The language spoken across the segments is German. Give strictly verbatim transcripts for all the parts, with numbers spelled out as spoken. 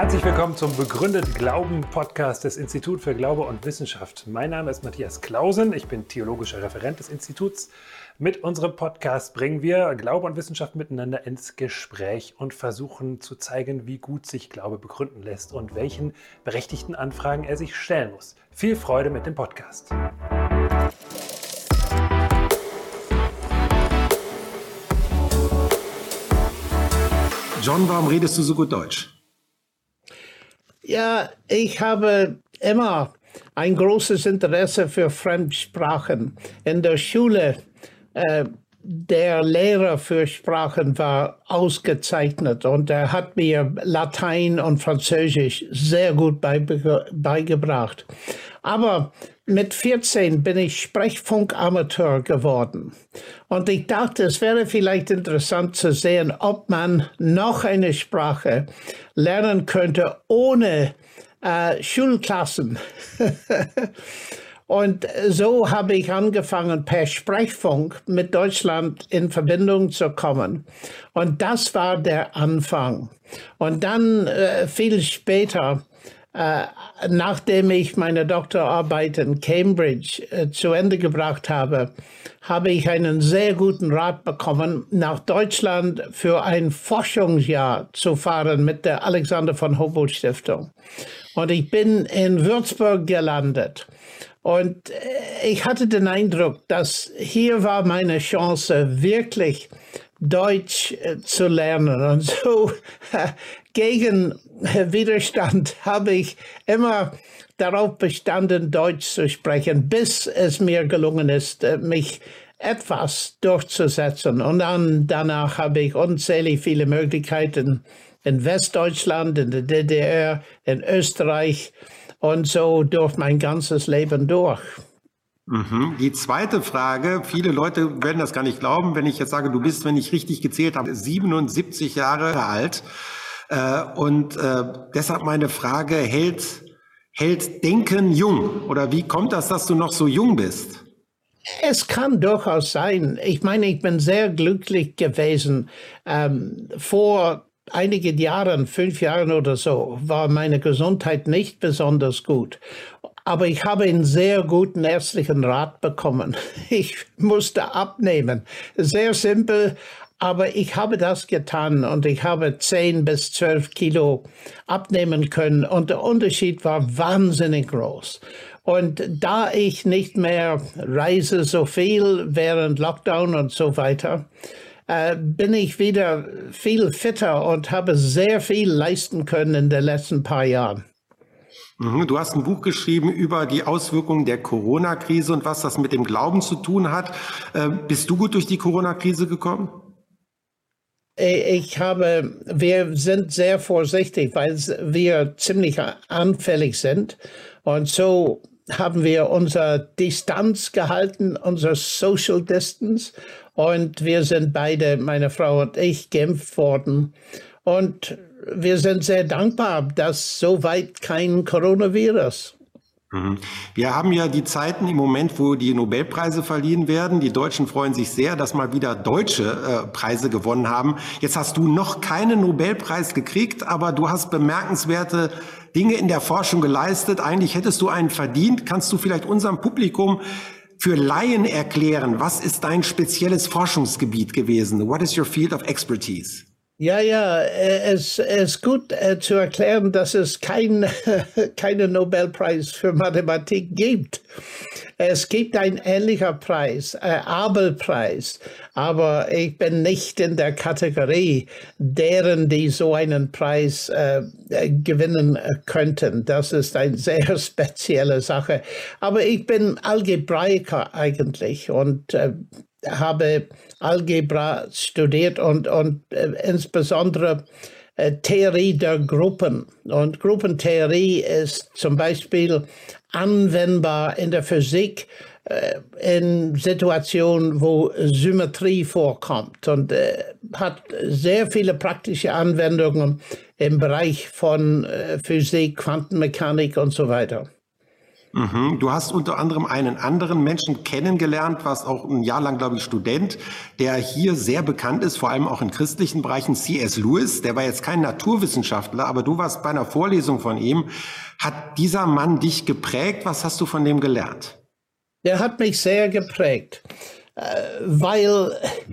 Herzlich willkommen zum Begründet Glauben Podcast des Instituts für Glaube und Wissenschaft. Mein Name ist Matthias Clausen, ich bin theologischer Referent des Instituts. Mit unserem Podcast bringen wir Glaube und Wissenschaft miteinander ins Gespräch und versuchen zu zeigen, wie gut sich Glaube begründen lässt und welchen berechtigten Anfragen er sich stellen muss. Viel Freude mit dem Podcast. John, warum redest du so gut Deutsch? Ja, ich habe immer ein großes Interesse für Fremdsprachen. In der Schule, äh, der Lehrer für Sprachen war ausgezeichnet und er hat mir Latein und Französisch sehr gut beige- beigebracht. Aber mit vierzehn bin ich Sprechfunkamateur geworden. Und ich dachte, es wäre vielleicht interessant zu sehen, ob man noch eine Sprache lernen könnte ohne äh, Schulklassen. Und so habe ich angefangen, per Sprechfunk mit Deutschland in Verbindung zu kommen. Und das war der Anfang. Und dann äh, viel später, äh, nachdem ich meine Doktorarbeit in Cambridge äh, zu Ende gebracht habe, habe ich einen sehr guten Rat bekommen, nach Deutschland für ein Forschungsjahr zu fahren mit der Alexander von Humboldt Stiftung. Und ich bin in Würzburg gelandet. Und ich hatte den Eindruck, dass hier war meine Chance, wirklich Deutsch äh, zu lernen. Und so äh, gegen Widerstand habe ich immer darauf bestanden, Deutsch zu sprechen, bis es mir gelungen ist, äh, mich etwas durchzusetzen. Und dann danach habe ich unzählig viele Möglichkeiten in Westdeutschland, in der D D R, in Österreich und so durch mein ganzes Leben durch. Mhm. Die zweite Frage, viele Leute werden das gar nicht glauben, wenn ich jetzt sage, du bist, wenn ich richtig gezählt habe, siebenundsiebzig Jahre alt. Äh, und äh, deshalb meine Frage, hält, hält Denken jung? Oder wie kommt das, dass du noch so jung bist? Es kann durchaus sein. Ich meine, ich bin sehr glücklich gewesen. Ähm, vor einigen Jahren, fünf Jahren oder so, war meine Gesundheit nicht besonders gut. Aber ich habe einen sehr guten ärztlichen Rat bekommen. Ich musste abnehmen. Sehr simpel, aber ich habe das getan und ich habe zehn bis zwölf Kilo abnehmen können und der Unterschied war wahnsinnig groß. Und da ich nicht mehr reise so viel während Lockdown und so weiter, äh, bin ich wieder viel fitter und habe sehr viel leisten können in den letzten paar Jahren. Du hast ein Buch geschrieben über die Auswirkungen der Corona-Krise und was das mit dem Glauben zu tun hat. Äh, bist du gut durch die Corona-Krise gekommen? Ich habe, wir sind sehr vorsichtig, weil wir ziemlich anfällig sind. Und so haben wir unsere Distanz gehalten, unser Social Distance. Und wir sind beide, meine Frau und ich, geimpft worden. Und wir sind sehr dankbar, dass soweit kein Coronavirus. Wir haben ja die Zeiten im Moment, wo die Nobelpreise verliehen werden. Die Deutschen freuen sich sehr, dass mal wieder Deutsche äh, Preise gewonnen haben. Jetzt hast du noch keinen Nobelpreis gekriegt, aber du hast bemerkenswerte Dinge in der Forschung geleistet. Eigentlich hättest du einen verdient. Kannst du vielleicht unserem Publikum für Laien erklären, was ist dein spezielles Forschungsgebiet gewesen? What is your field of expertise? Ja, ja, es ist gut äh, zu erklären, dass es kein, keinen Nobelpreis für Mathematik gibt. Es gibt einen ähnlichen Preis, äh, Abel-Preis, aber ich bin nicht in der Kategorie deren, die so einen Preis äh, gewinnen könnten. Das ist eine sehr spezielle Sache. Aber ich bin Algebraiker eigentlich und äh, habe Algebra studiert und, und äh, insbesondere äh, Theorie der Gruppen. Und Gruppentheorie ist zum Beispiel anwendbar in der Physik äh, in Situationen, wo Symmetrie vorkommt und äh, hat sehr viele praktische Anwendungen im Bereich von äh, Physik, Quantenmechanik und so weiter. Mhm. Du hast unter anderem einen anderen Menschen kennengelernt, warst auch ein Jahr lang, glaube ich, Student, der hier sehr bekannt ist, vor allem auch in christlichen Bereichen, C S Lewis. Der war jetzt kein Naturwissenschaftler, aber du warst bei einer Vorlesung von ihm. Hat dieser Mann dich geprägt? Was hast du von dem gelernt? Der hat mich sehr geprägt, weil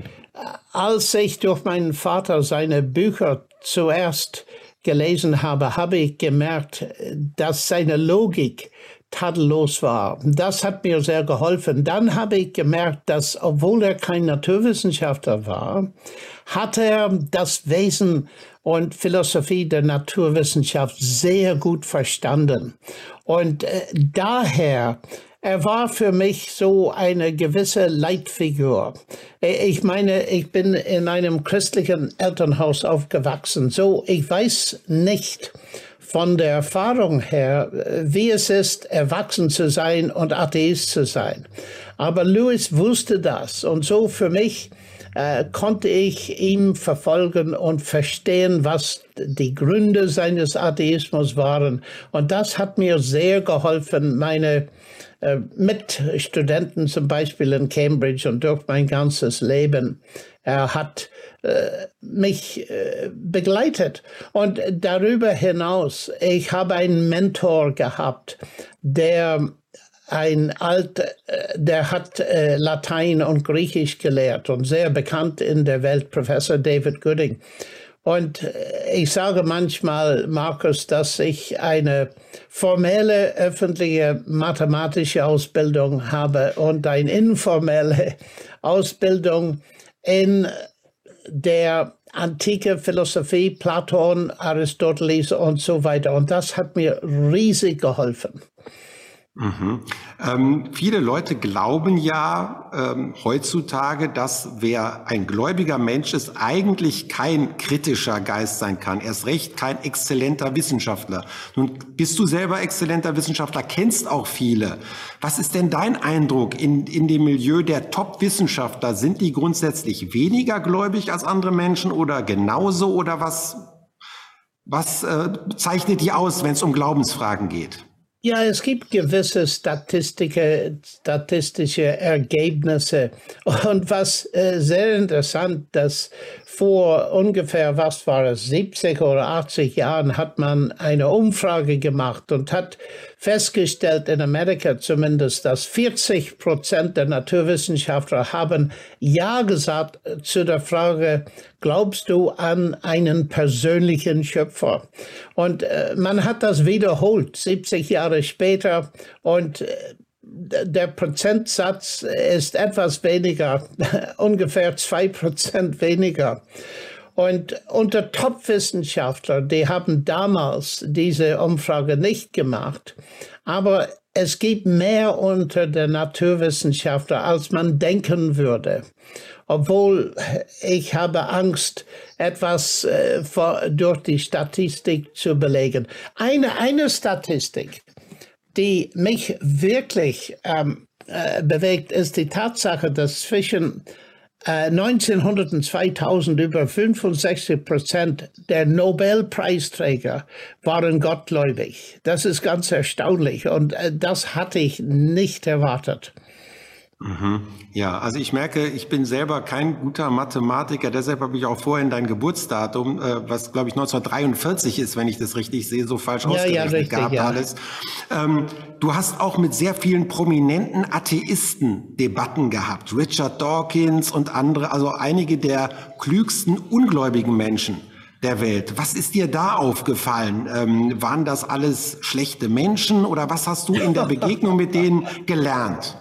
als ich durch meinen Vater seine Bücher zuerst gelesen habe, habe ich gemerkt, dass seine Logik tadellos war. Das hat mir sehr geholfen. Dann habe ich gemerkt, dass, obwohl er kein Naturwissenschaftler war, hat er das Wesen und Philosophie der Naturwissenschaft sehr gut verstanden. Und äh, daher, er war für mich so eine gewisse Leitfigur. Ich meine, ich bin in einem christlichen Elternhaus aufgewachsen. So, ich weiß nicht von der Erfahrung her, wie es ist, erwachsen zu sein und Atheist zu sein. Aber Lewis wusste das. Und so für mich äh, konnte ich ihn verfolgen und verstehen, was die Gründe seines Atheismus waren. Und das hat mir sehr geholfen, meine äh, Mitstudenten zum Beispiel in Cambridge und durch mein ganzes Leben. Er hat äh, mich äh, begleitet. Und darüber hinaus, ich habe einen Mentor gehabt, der ein alt, äh, der hat äh, Latein und Griechisch gelehrt und sehr bekannt in der Welt, Professor David Gooding. Und ich sage manchmal, Markus, dass ich eine formelle öffentliche mathematische Ausbildung habe und eine informelle Ausbildung in der antike Philosophie, Platon, Aristoteles und so weiter. Und das hat mir riesig geholfen. Mhm. Ähm, viele Leute glauben ja ähm, heutzutage, dass wer ein gläubiger Mensch ist, eigentlich kein kritischer Geist sein kann, erst recht kein exzellenter Wissenschaftler. Nun bist du selber exzellenter Wissenschaftler, kennst auch viele. Was ist denn dein Eindruck in, in dem Milieu der Top-Wissenschaftler? Sind die grundsätzlich weniger gläubig als andere Menschen oder genauso? Oder was, was äh, zeichnet die aus, wenn es um Glaubensfragen geht? Ja, es gibt gewisse statistische, statistische Ergebnisse. Und was äh, sehr interessant, dass vor ungefähr, was war es, siebzig oder achtzig Jahren hat man eine Umfrage gemacht und hat festgestellt, in Amerika zumindest, dass vierzig Prozent der Naturwissenschaftler haben Ja gesagt zu der Frage, glaubst du an einen persönlichen Schöpfer? Und äh, man hat das wiederholt, siebzig Jahre später, und äh, der Prozentsatz ist etwas weniger, ungefähr zwei Prozent weniger. Und unter Top-Wissenschaftlern, die haben damals diese Umfrage nicht gemacht, aber es gibt mehr unter den Naturwissenschaftlern, als man denken würde. Obwohl ich habe Angst, etwas äh, vor, durch die Statistik zu belegen. Eine, eine Statistik, die mich wirklich ähm, äh, bewegt, ist die Tatsache, dass zwischen äh, neunzehnhundert und zweitausend über fünfundsechzig Prozent der Nobelpreisträger waren gottgläubig. Das ist ganz erstaunlich und äh, das hatte ich nicht erwartet. Mhm. Ja, also ich merke, ich bin selber kein guter Mathematiker, deshalb habe ich auch vorhin dein Geburtsdatum, äh, was glaube ich neunzehnhundertdreiundvierzig ist, wenn ich das richtig sehe, so falsch ja, ausgerechnet ja, richtig, gehabt ja. alles. Ähm, du hast auch mit sehr vielen prominenten Atheisten Debatten gehabt, Richard Dawkins und andere, also einige der klügsten ungläubigen Menschen der Welt. Was ist dir da aufgefallen? Ähm, waren das alles schlechte Menschen oder was hast du in der Begegnung mit denen gelernt?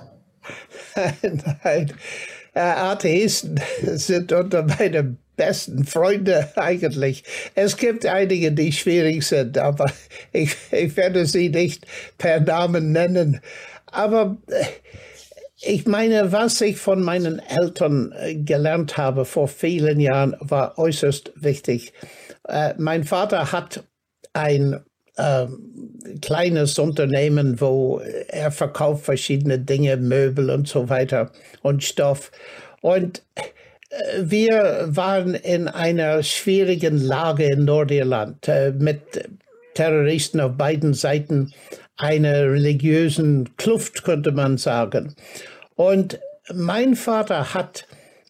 Nein, äh, Atheisten sind unter meine besten Freunde eigentlich. Es gibt einige, die schwierig sind, aber ich, ich werde sie nicht per Namen nennen. Aber äh, ich meine, was ich von meinen Eltern äh, gelernt habe vor vielen Jahren, war äußerst wichtig. Äh, mein Vater hat ein äh, kleines Unternehmen, wo er verkauft verschiedene Dinge, Möbel und so weiter und Stoff. Und äh, wir waren in einer schwierigen Lage in Nordirland äh, mit Terroristen auf beiden Seiten. einer religiösen Kluft, könnte man sagen. Und mein Vater hat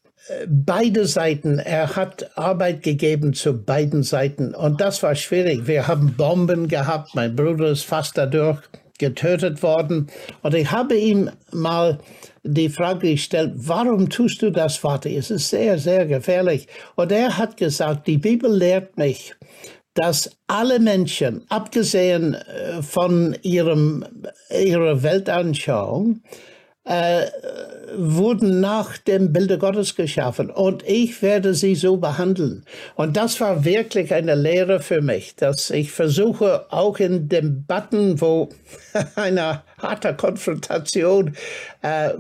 beide Seiten, er hat Arbeit gegeben zu beiden Seiten. Und das war schwierig. Wir haben Bomben gehabt. Mein Bruder ist fast dadurch getötet worden. Und ich habe ihm mal die Frage gestellt, warum tust du das, Vater? Es ist sehr, sehr gefährlich. Und er hat gesagt, die Bibel lehrt mich, dass alle Menschen, abgesehen von ihrem, ihrer Weltanschauung, äh, wurden nach dem Bilde Gottes geschaffen. Und ich werde sie so behandeln. Und das war wirklich eine Lehre für mich, dass ich versuche, auch in Debatten, wo eine harte Konfrontation äh,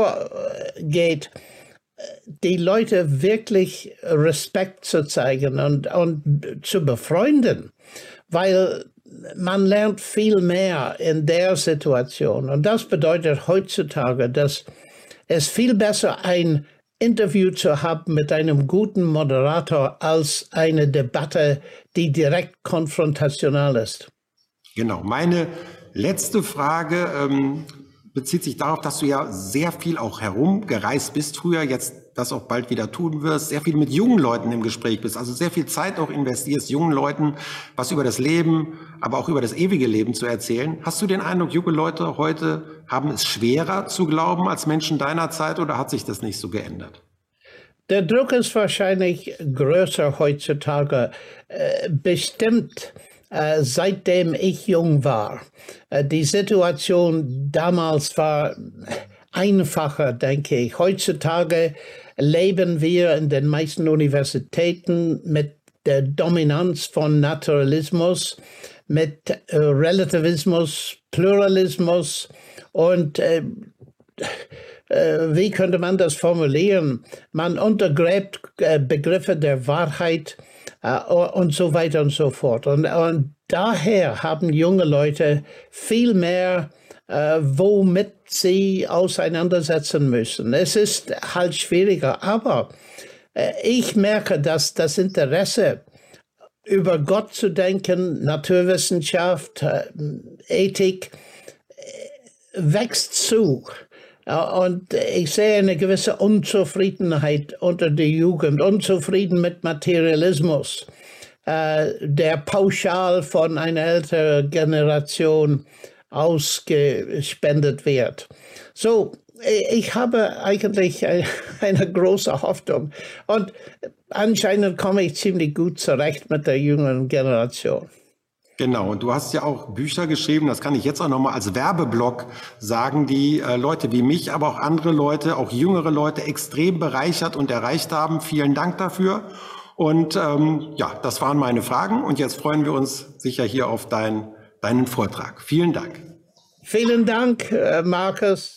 vorgeht, die Leute wirklich Respekt zu zeigen und, und zu befreunden, weil man lernt viel mehr in der Situation. Und das bedeutet heutzutage, dass es viel besser ein Interview zu haben mit einem guten Moderator als eine Debatte, die direkt konfrontational ist. Genau. Meine letzte Frage ähm, bezieht sich darauf, dass du ja sehr viel auch herumgereist bist früher, jetzt das auch bald wieder tun wirst, sehr viel mit jungen Leuten im Gespräch bist, also sehr viel Zeit auch investierst, jungen Leuten was über das Leben, aber auch über das ewige Leben zu erzählen. Hast du den Eindruck, junge Leute heute haben es schwerer zu glauben als Menschen deiner Zeit oder hat sich das nicht so geändert? Der Druck ist wahrscheinlich größer heutzutage, äh, bestimmt äh, seitdem ich jung war. Äh, die Situation damals war einfacher, denke ich. Heutzutage leben wir in den meisten Universitäten mit der Dominanz von Naturalismus, mit äh, Relativismus, Pluralismus und äh, äh, wie könnte man das formulieren? Man untergräbt äh, Begriffe der Wahrheit äh, und so weiter und so fort. Und, und daher haben junge Leute viel mehr, äh, womit sie auseinandersetzen müssen. Es ist halt schwieriger, aber äh, ich merke, dass das Interesse, über Gott zu denken, Naturwissenschaft, äh, Ethik, äh, wächst zu. Äh, und ich sehe eine gewisse Unzufriedenheit unter der Jugend, unzufrieden mit Materialismus, äh, der pauschal von einer älteren Generation ausgespendet wird. So, ich habe eigentlich eine große Hoffnung und anscheinend komme ich ziemlich gut zurecht mit der jüngeren Generation. Genau, und du hast ja auch Bücher geschrieben, das kann ich jetzt auch nochmal als Werbeblock sagen, die äh, Leute wie mich, aber auch andere Leute, auch jüngere Leute extrem bereichert und erreicht haben. Vielen Dank dafür. Und ähm, ja, das waren meine Fragen und jetzt freuen wir uns sicher hier auf dein deinen Vortrag. Vielen Dank. Vielen Dank, Markus.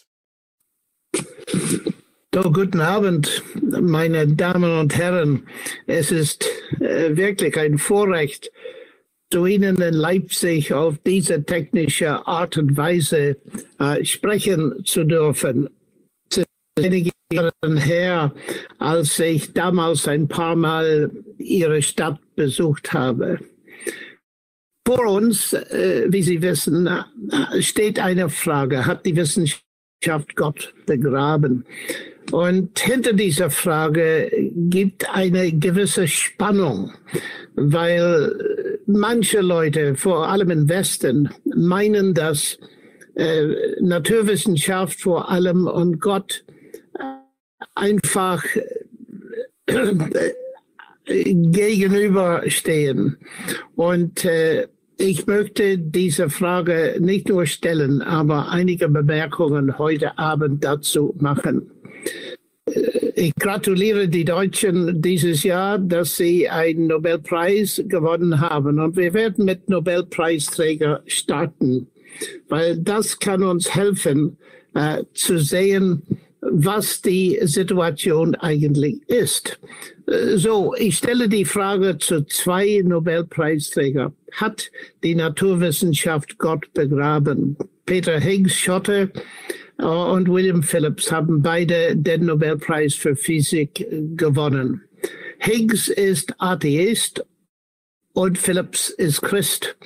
So, guten Abend, meine Damen und Herren. Es ist äh, wirklich ein Vorrecht, zu Ihnen in Leipzig auf diese technische Art und Weise äh, sprechen zu dürfen. Es ist einige Jahre her, als ich damals ein paar Mal Ihre Stadt besucht habe. Vor uns, äh, wie Sie wissen, steht eine Frage: Hat die Wissenschaft Gott begraben? Und hinter dieser Frage gibt eine gewisse Spannung, weil manche Leute, vor allem im Westen, meinen, dass äh, Naturwissenschaft vor allem und Gott einfach äh, gegenüberstehen. Und äh, ich möchte diese Frage nicht nur stellen, aber einige Bemerkungen heute Abend dazu machen. Ich gratuliere die Deutschen dieses Jahr, dass sie einen Nobelpreis gewonnen haben. Und wir werden mit Nobelpreisträger starten, weil das kann uns helfen, äh, zu sehen, was die Situation eigentlich ist. So, ich stelle die Frage zu zwei Nobelpreisträgern. Hat die Naturwissenschaft Gott begraben? Peter Higgs, Schotte, und William Phillips haben beide den Nobelpreis für Physik gewonnen. Higgs ist Atheist und Phillips ist Christ.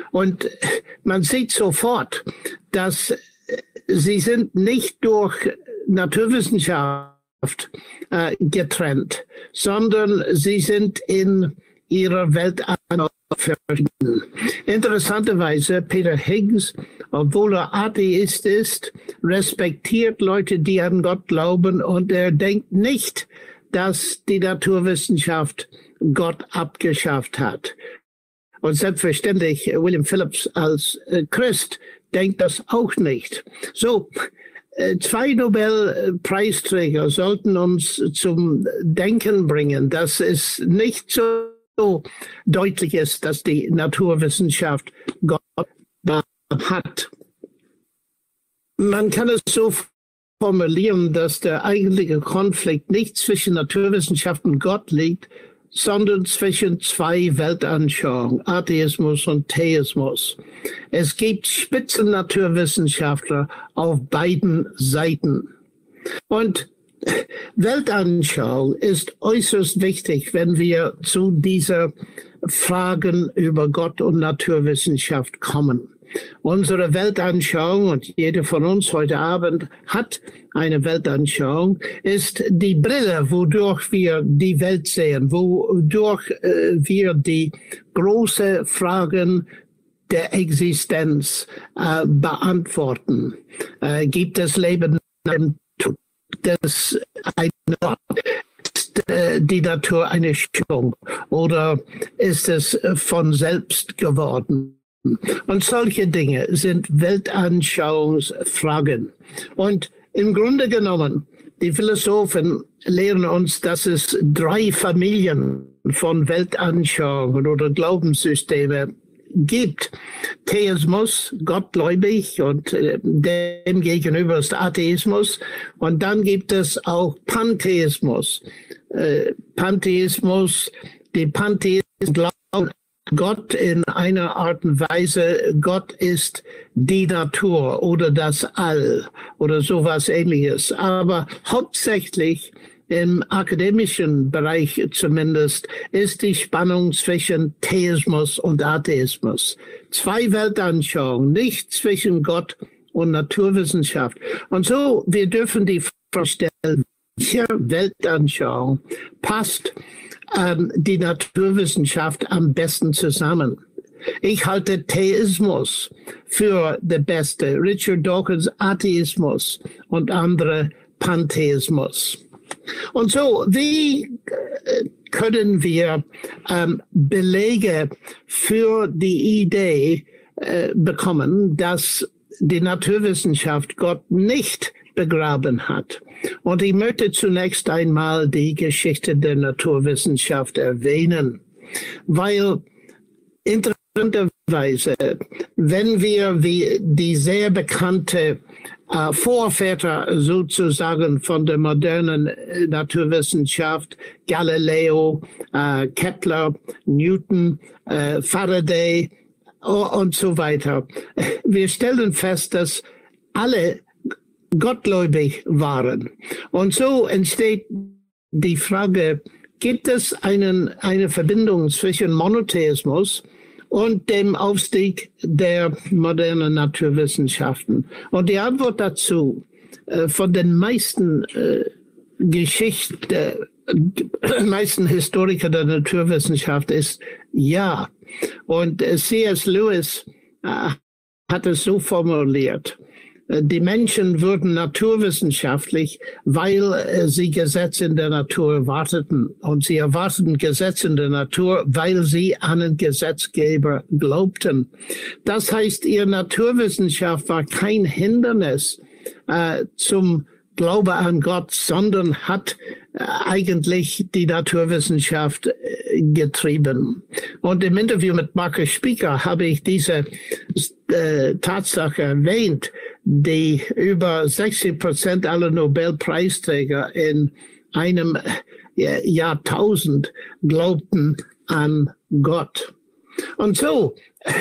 Und man sieht sofort, dass sie sind nicht durch Naturwissenschaft äh, getrennt, sondern sie sind in ihrer Weltanschauung verschieden. Interessanterweise, Peter Higgs, obwohl er Atheist ist, respektiert Leute, die an Gott glauben, und er denkt nicht, dass die Naturwissenschaft Gott abgeschafft hat. Und selbstverständlich, William Phillips als äh, Christ denkt das auch nicht. So, äh, zwei Nobelpreisträger sollten uns zum Denken bringen, dass es nicht so deutlich ist, dass die Naturwissenschaft Gott hat. Man kann es so formulieren, dass der eigentliche Konflikt nicht zwischen Naturwissenschaft und Gott liegt, sondern zwischen zwei Weltanschauungen, Atheismus und Theismus. Es gibt Spitzennaturwissenschaftler auf beiden Seiten. Und Weltanschauung ist äußerst wichtig, wenn wir zu dieser Fragen über Gott und Naturwissenschaft kommen. Unsere Weltanschauung, und jeder von uns heute Abend hat eine Weltanschauung, ist die Brille, wodurch wir die Welt sehen, wodurch äh, wir die großen Fragen der Existenz äh, beantworten. Äh, gibt es Leben nach dem Tod? Das eine ist äh, die Natur eine Schöpfung oder ist es von selbst geworden? Und solche Dinge sind Weltanschauungsfragen. Und im Grunde genommen, die Philosophen lehren uns, dass es drei Familien von Weltanschauungen oder Glaubenssysteme gibt. Theismus, gottgläubig, und äh, dem gegenüber ist Atheismus. Und dann gibt es auch Pantheismus. Äh, Pantheismus, die Pantheisten glauben Gott in einer Art und Weise, Gott ist die Natur oder das All oder sowas Ähnliches. Aber hauptsächlich im akademischen Bereich zumindest ist die Spannung zwischen Theismus und Atheismus. Zwei Weltanschauungen, nicht zwischen Gott und Naturwissenschaft. Und so, wir dürfen die Frage stellen, welche Weltanschauung passt ähm, die Naturwissenschaft am besten zusammen? Ich halte Theismus für der beste, Richard Dawkins Atheismus und andere Pantheismus. Und so, wie können wir ähm, Belege für die Idee äh, bekommen, dass die Naturwissenschaft Gott nicht begraben hat? Und ich möchte zunächst einmal die Geschichte der Naturwissenschaft erwähnen, weil interessanterweise, wenn wir wie die sehr bekannte äh, Vorväter sozusagen von der modernen äh, Naturwissenschaft, Galileo, äh, Kepler, Newton, äh, Faraday uh, und so weiter, wir stellen fest, dass alle gottgläubig waren. Und so entsteht die Frage, gibt es einen, eine Verbindung zwischen Monotheismus und dem Aufstieg der modernen Naturwissenschaften? Und die Antwort dazu äh, von den meisten äh, Geschichten, äh, meisten Historiker der Naturwissenschaft ist ja. Und äh, C S Lewis äh, hat es so formuliert: Die Menschen würden naturwissenschaftlich, weil äh, sie Gesetze in der Natur erwarteten. Und sie erwarteten Gesetze in der Natur, weil sie an einen Gesetzgeber glaubten. Das heißt, ihre Naturwissenschaft war kein Hindernis äh, zum Glaube an Gott, sondern hat äh, eigentlich die Naturwissenschaft äh, getrieben. Und im Interview mit Markus Spieker habe ich diese äh, Tatsache erwähnt, die über sechzig Prozent aller Nobelpreisträger in einem äh, Jahrtausend glaubten an Gott. Und so,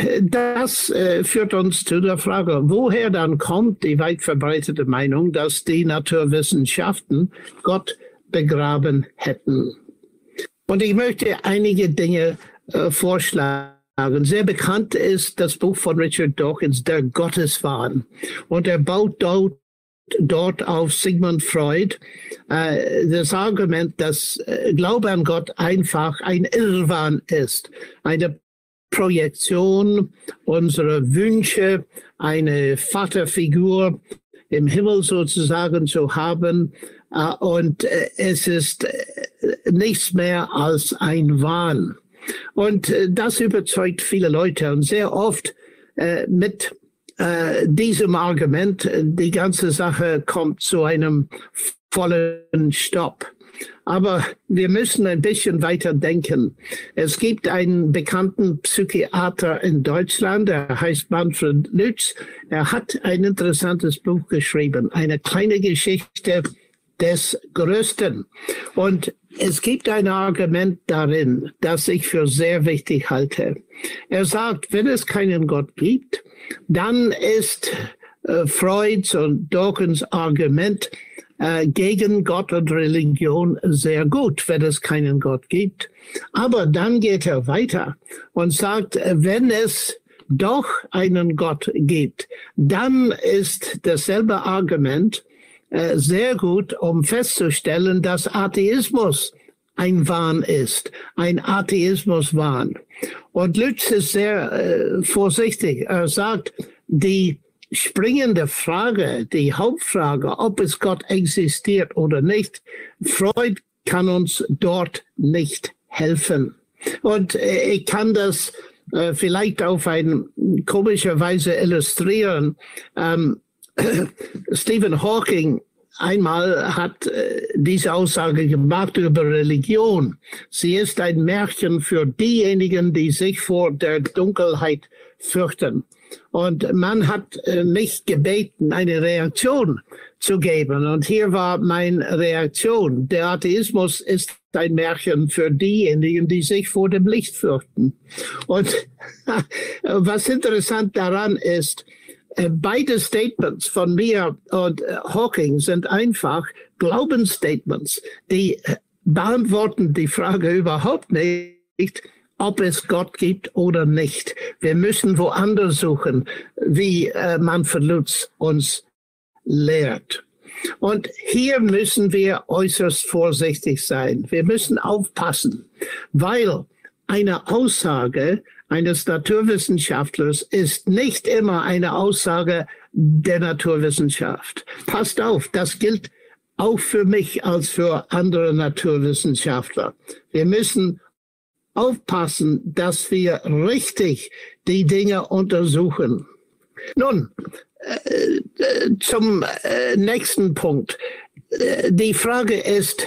das äh, führt uns zu der Frage, woher dann kommt die weit verbreitete Meinung, dass die Naturwissenschaften Gott begraben hätten. Und ich möchte einige Dinge äh, vorschlagen. Sehr bekannt ist das Buch von Richard Dawkins, Der Gotteswahn. Und er baut dort, dort auf Sigmund Freud äh, das Argument, dass äh, Glaube an Gott einfach ein Irrwahn ist. Eine Projektion unserer Wünsche, eine Vaterfigur im Himmel sozusagen zu haben. Äh, und äh, es ist äh, nichts mehr als ein Wahn. Und äh, das überzeugt viele Leute. Und sehr oft äh, mit äh, diesem Argument, äh, die ganze Sache kommt zu einem vollen Stopp. Aber wir müssen ein bisschen weiter denken. Es gibt einen bekannten Psychiater in Deutschland, der heißt Manfred Lütz. Er hat ein interessantes Buch geschrieben, eine kleine Geschichte des Größten. Und es gibt ein Argument darin, das ich für sehr wichtig halte. Er sagt, wenn es keinen Gott gibt, dann ist äh, Freuds und Dawkins Argument äh, gegen Gott und Religion sehr gut, wenn es keinen Gott gibt. Aber dann geht er weiter und sagt, äh, wenn es doch einen Gott gibt, dann ist dasselbe Argument sehr gut, um festzustellen, dass Atheismus ein Wahn ist, ein Atheismus-Wahn. Und Lütz ist sehr äh, vorsichtig. Er sagt, die springende Frage, die Hauptfrage, ob es Gott existiert oder nicht, Freud kann uns dort nicht helfen. Und äh, ich kann das äh, vielleicht auf eine komische Weise illustrieren. Ähm, Stephen Hawking einmal hat äh, diese Aussage gemacht über Religion. Sie ist ein Märchen für diejenigen, die sich vor der Dunkelheit fürchten. Und man hat äh, mich gebeten, eine Reaktion zu geben. Und hier war meine Reaktion. Der Atheismus ist ein Märchen für diejenigen, die sich vor dem Licht fürchten. Und was interessant daran ist, beide Statements von mir und Hawking sind einfach Glaubensstatements. Die beantworten die Frage überhaupt nicht, ob es Gott gibt oder nicht. Wir müssen woanders suchen, wie äh, Manfred Lütz uns lehrt. Und hier müssen wir äußerst vorsichtig sein. Wir müssen aufpassen, weil eine Aussage eines Naturwissenschaftlers ist nicht immer eine Aussage der Naturwissenschaft. Passt auf, das gilt auch für mich als für andere Naturwissenschaftler. Wir müssen aufpassen, dass wir richtig die Dinge untersuchen. Nun, äh, zum äh, nächsten Punkt. Äh, die Frage ist,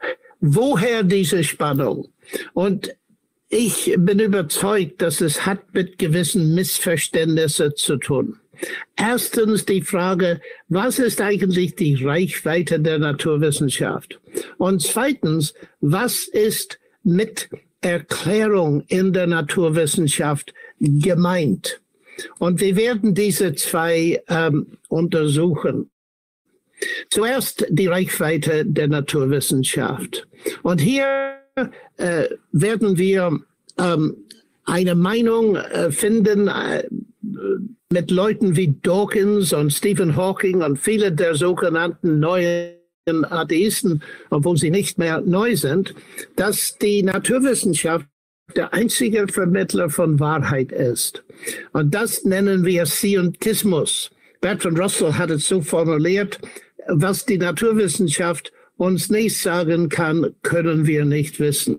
woher diese Spannung? Und ich bin überzeugt, dass es hat mit gewissen Missverständnissen zu tun. Erstens die Frage, was ist eigentlich die Reichweite der Naturwissenschaft? Und zweitens, was ist mit Erklärung in der Naturwissenschaft gemeint? Und wir werden diese zwei ähm, untersuchen. Zuerst die Reichweite der Naturwissenschaft. Und hier äh, werden wir ähm, eine Meinung äh, finden äh, mit Leuten wie Dawkins und Stephen Hawking und viele der sogenannten neuen Atheisten, obwohl sie nicht mehr neu sind, dass die Naturwissenschaft der einzige Vermittler von Wahrheit ist. Und das nennen wir Scientismus. Bertrand Russell hat es so formuliert, was die Naturwissenschaft uns nicht sagen kann, können wir nicht wissen.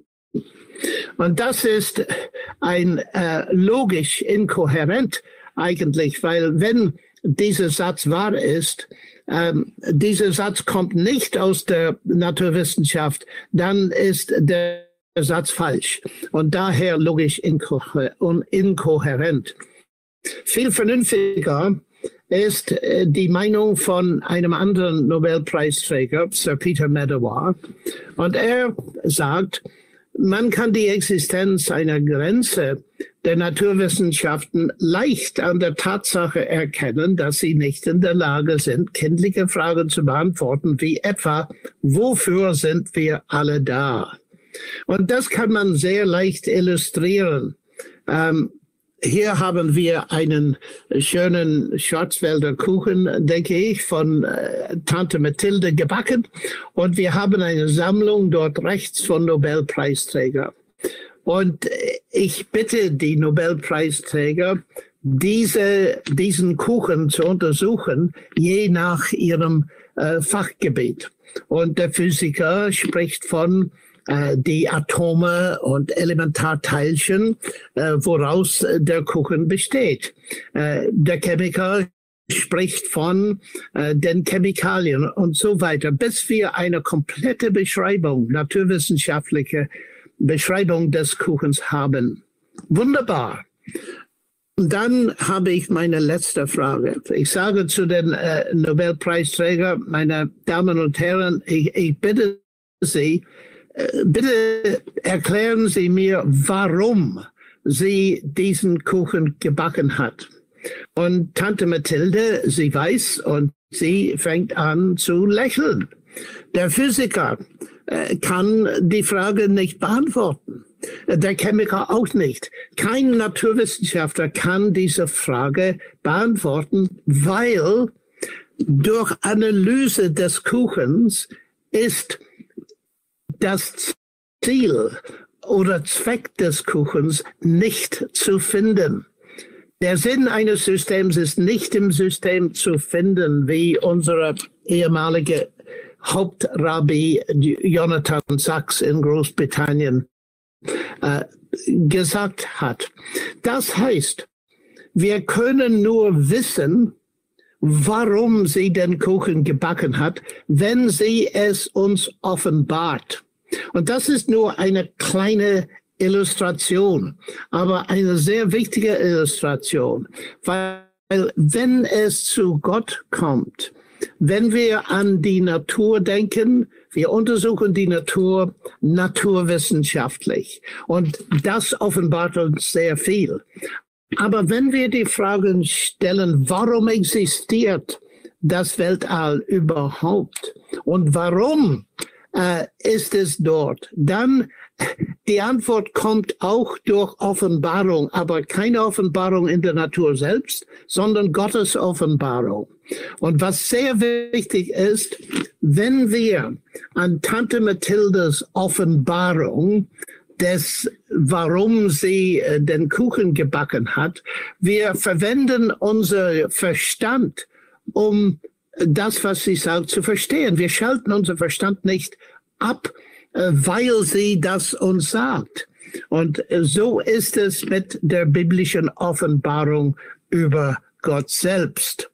Und das ist ein äh, logisch inkohärent eigentlich, weil wenn dieser Satz wahr ist, ähm, dieser Satz kommt nicht aus der Naturwissenschaft, dann ist der Satz falsch und daher logisch inko- und inkohärent. Viel vernünftiger ist äh, die Meinung von einem anderen Nobelpreisträger, Sir Peter Medawar. Und er sagt, man kann die Existenz einer Grenze der Naturwissenschaften leicht an der Tatsache erkennen, dass sie nicht in der Lage sind, kindliche Fragen zu beantworten, wie etwa, wofür sind wir alle da? Und das kann man sehr leicht illustrieren. Ähm, hier haben wir einen schönen Schwarzwälder Kuchen, denke ich, von äh, Tante Mathilde gebacken. Und wir haben eine Sammlung dort rechts von Nobelpreisträgern. Und ich bitte die Nobelpreisträger, diese, diesen Kuchen zu untersuchen, je nach ihrem äh, Fachgebiet. Und der Physiker spricht von äh, die Atome und Elementarteilchen, äh, woraus der Kuchen besteht. Äh, der Chemiker spricht von äh, den Chemikalien und so weiter, bis wir eine komplette Beschreibung, naturwissenschaftliche Beschreibung des Kuchens haben. Wunderbar. Dann habe ich meine letzte Frage. Ich sage zu den äh, Nobelpreisträgern, meine Damen und Herren, ich, ich bitte Sie, äh, bitte erklären Sie mir, warum sie diesen Kuchen gebacken hat. Und Tante Mathilde, sie weiß und sie fängt an zu lächeln. Der Physiker äh, kann die Frage nicht beantworten. Der Chemiker auch nicht. Kein Naturwissenschaftler kann diese Frage beantworten, weil durch Analyse des Kuchens ist das Ziel oder Zweck des Kuchens nicht zu finden. Der Sinn eines Systems ist nicht im System zu finden, wie unsere ehemalige Hauptrabbi Jonathan Sachs in Großbritannien Äh, gesagt hat. Das heißt, wir können nur wissen, warum sie den Kuchen gebacken hat, wenn sie es uns offenbart. Und das ist nur eine kleine Illustration, aber eine sehr wichtige Illustration, weil wenn es zu Gott kommt, wenn wir an die Natur denken, wir untersuchen die Natur naturwissenschaftlich und das offenbart uns sehr viel. Aber wenn wir die Fragen stellen, warum existiert das Weltall überhaupt und warum äh, ist es dort, dann die Antwort kommt auch durch Offenbarung, aber keine Offenbarung in der Natur selbst, sondern Gottes Offenbarung. Und was sehr wichtig ist, wenn wir an Tante Mathildes Offenbarung des, warum sie äh, den Kuchen gebacken hat, wir verwenden unser Verstand, um das, was sie sagt, zu verstehen. Wir schalten unseren Verstand nicht ab, äh, weil sie das uns sagt. Und äh, so ist es mit der biblischen Offenbarung über Gott selbst.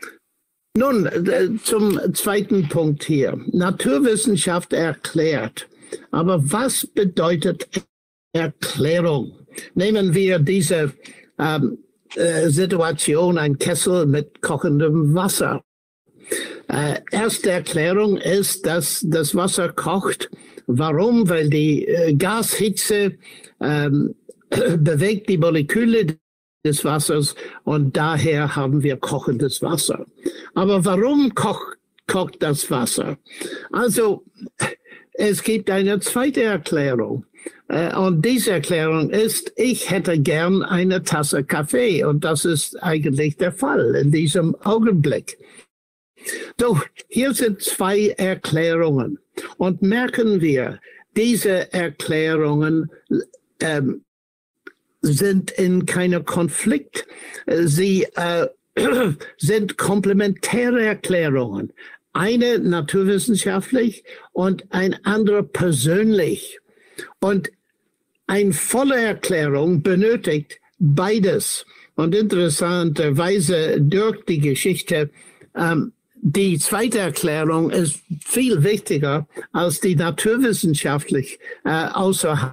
Nun, äh, zum zweiten Punkt hier. Naturwissenschaft erklärt. Aber was bedeutet Erklärung? Nehmen wir diese ähm, äh, Situation, ein Kessel mit kochendem Wasser. Äh, erste Erklärung ist, dass das Wasser kocht. Warum? Weil die äh, Gashitze ähm, bewegt die Moleküle des Wassers und daher haben wir kochendes Wasser. Aber warum koch, kocht das Wasser? Also es gibt eine zweite Erklärung. Äh, und diese Erklärung ist, ich hätte gern eine Tasse Kaffee. Und das ist eigentlich der Fall in diesem Augenblick. So, hier sind zwei Erklärungen. Und merken wir, diese Erklärungen ähm, sind in keinem Konflikt. Sie äh, sind komplementäre Erklärungen. Eine naturwissenschaftlich und ein anderer persönlich. Und eine volle Erklärung benötigt beides. Und interessanterweise durch die Geschichte, ähm, die zweite Erklärung ist viel wichtiger als die naturwissenschaftlich äh, außerhalb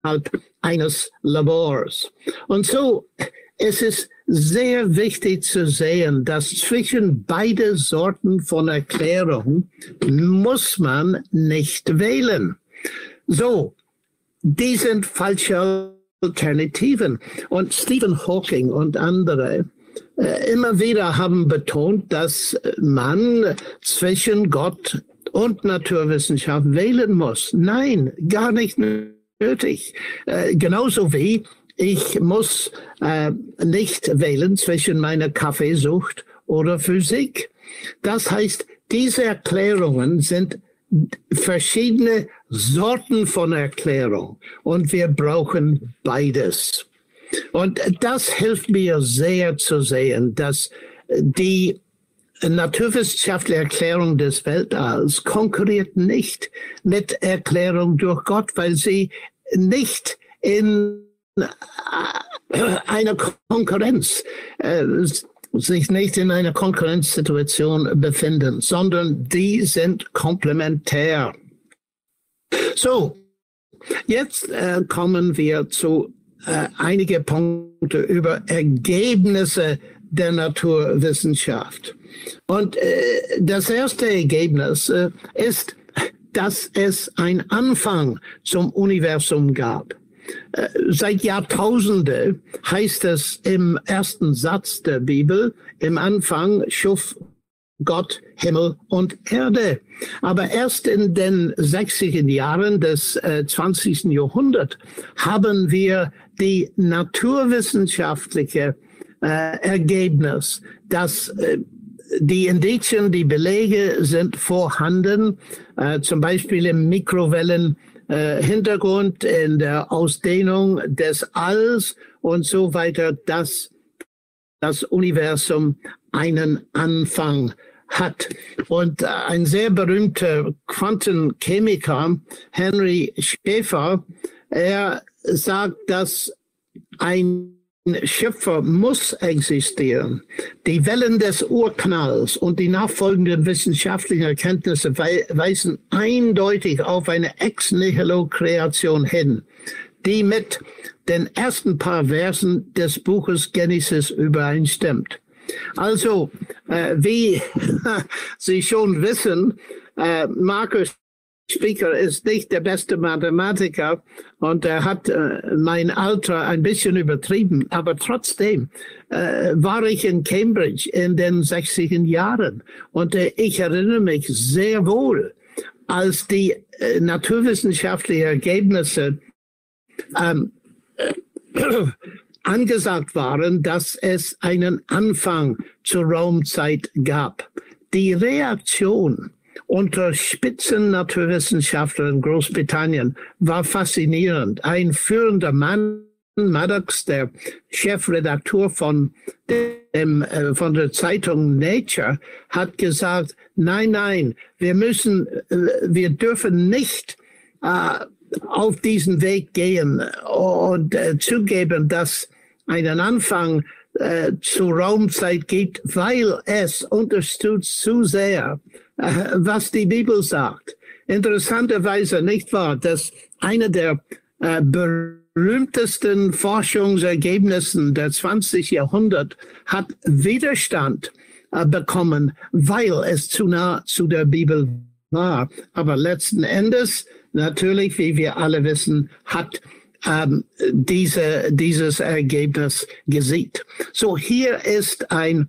eines Labors. Und so, es ist sehr wichtig zu sehen, dass zwischen beide Sorten von Erklärung muss man nicht wählen. So, die sind falsche Alternativen. Und Stephen Hawking und andere äh, immer wieder haben betont, dass man zwischen Gott und Naturwissenschaft wählen muss. Nein, gar nicht nötig. Äh, genauso wie ich muss äh, nicht wählen zwischen meiner Kaffeesucht oder Physik. Das heißt, diese Erklärungen sind verschiedene Sorten von Erklärung und wir brauchen beides. Und das hilft mir sehr zu sehen, dass die naturwissenschaftliche Erklärung des Weltalls konkurriert nicht mit Erklärung durch Gott, weil sie nicht in einer Konkurrenz, äh, sich nicht in einer Konkurrenzsituation befinden, sondern die sind komplementär. So, jetzt äh, kommen wir zu äh, einige Punkte über Ergebnisse der Naturwissenschaft. Und äh, das erste Ergebnis äh, ist, dass es einen Anfang zum Universum gab. Äh, seit Jahrtausenden heißt es im ersten Satz der Bibel, im Anfang schuf Gott Himmel und Erde. Aber erst in den sechziger Jahren des äh, zwanzigsten Jahrhunderts haben wir die naturwissenschaftliche äh, Ergebnis, dass äh, die Indizien, die Belege sind vorhanden, äh, zum Beispiel im Mikrowellen äh, Hintergrund, in der Ausdehnung des Alls und so weiter, dass das Universum einen Anfang hat. Und ein sehr berühmter Quantenchemiker, Henry Schäfer, er sagt, dass ein Schöpfer muss existieren. Die Wellen des Urknalls und die nachfolgenden wissenschaftlichen Erkenntnisse weisen eindeutig auf eine Ex-Nihilo-Kreation hin, die mit den ersten paar Versen des Buches Genesis übereinstimmt. Also, äh, wie Sie schon wissen, äh, Markus Spieker ist nicht der beste Mathematiker und er hat äh, mein Alter ein bisschen übertrieben, aber trotzdem äh, war ich in Cambridge in den sechziger Jahren und äh, ich erinnere mich sehr wohl, als die äh, naturwissenschaftlichen Ergebnisse ähm, äh, angesagt waren, dass es einen Anfang zur Raumzeit gab. Die Reaktion unter Spitzen-Naturwissenschaftlern in Großbritannien war faszinierend. Ein führender Mann, Maddox, der Chefredakteur von, dem, äh, von der Zeitung Nature, hat gesagt, nein, nein, wir müssen, äh, wir dürfen nicht äh, auf diesen Weg gehen und äh, zugeben, dass einen Anfang äh, zur Raumzeit gibt, weil es unterstützt zu sehr, äh, was die Bibel sagt. Interessanterweise nicht wahr, dass einer der äh, berühmtesten Forschungsergebnissen der zwanzigsten Jahrhundert hat Widerstand äh, bekommen, weil es zu nah zu der Bibel war. Aber letzten Endes, natürlich, wie wir alle wissen, hat ähm, diese, dieses Ergebnis gesiegt. So, hier ist ein